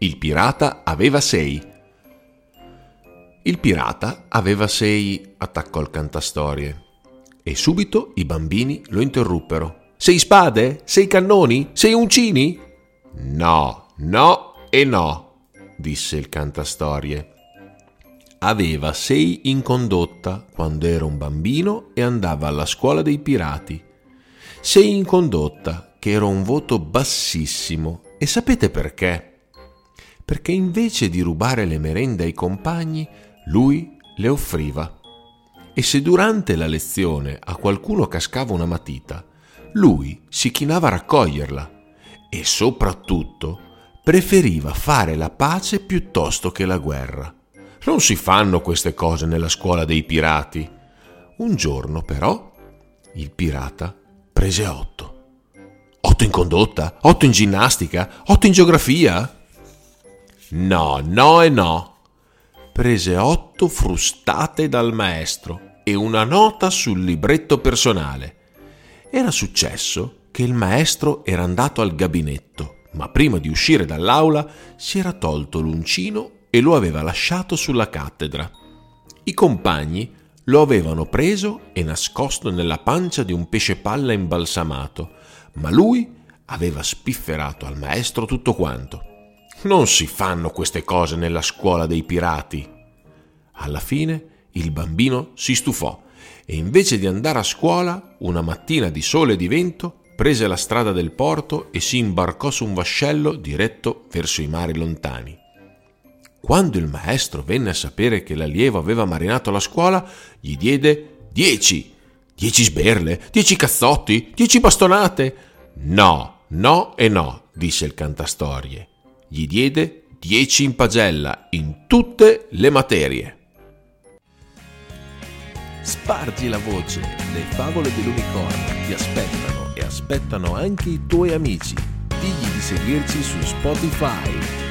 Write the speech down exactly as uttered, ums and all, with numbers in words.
Il pirata aveva sei. Il pirata aveva sei, attaccò il cantastorie. E subito i bambini lo interruppero. Sei spade? Sei cannoni? Sei uncini? No, no e no, disse il cantastorie. Aveva sei in condotta quando era un bambino e andava alla scuola dei pirati. Sei in condotta, che era un voto bassissimo. E sapete perché? Perché invece di rubare le merende ai compagni, lui le offriva. E se durante la lezione a qualcuno cascava una matita, lui si chinava a raccoglierla e soprattutto preferiva fare la pace piuttosto che la guerra. Non si fanno queste cose nella scuola dei pirati. Un giorno, però, il pirata prese otto. Otto in condotta? Otto in ginnastica? Otto in geografia? No, no e no. Prese otto frustate dal maestro e una nota sul libretto personale. Era successo che il maestro era andato al gabinetto, ma prima di uscire dall'aula si era tolto l'uncino e lo aveva lasciato sulla cattedra. I compagni lo avevano preso e nascosto nella pancia di un pesce palla imbalsamato, ma lui aveva spifferato al maestro tutto quanto. Non si fanno queste cose nella scuola dei pirati. Alla fine il bambino si stufò e invece di andare a scuola, una mattina di sole e di vento, prese la strada del porto e si imbarcò su un vascello diretto verso i mari lontani. Quando il maestro venne a sapere che l'allievo aveva marinato la scuola, gli diede dieci. Dieci sberle, dieci cazzotti, dieci bastonate. No, no e no, disse il cantastorie. Gli diede dieci in pagella in tutte le materie. Spargi la voce, le favole dell'unicorno ti aspettano e aspettano anche i tuoi amici. Digli di seguirci su Spotify.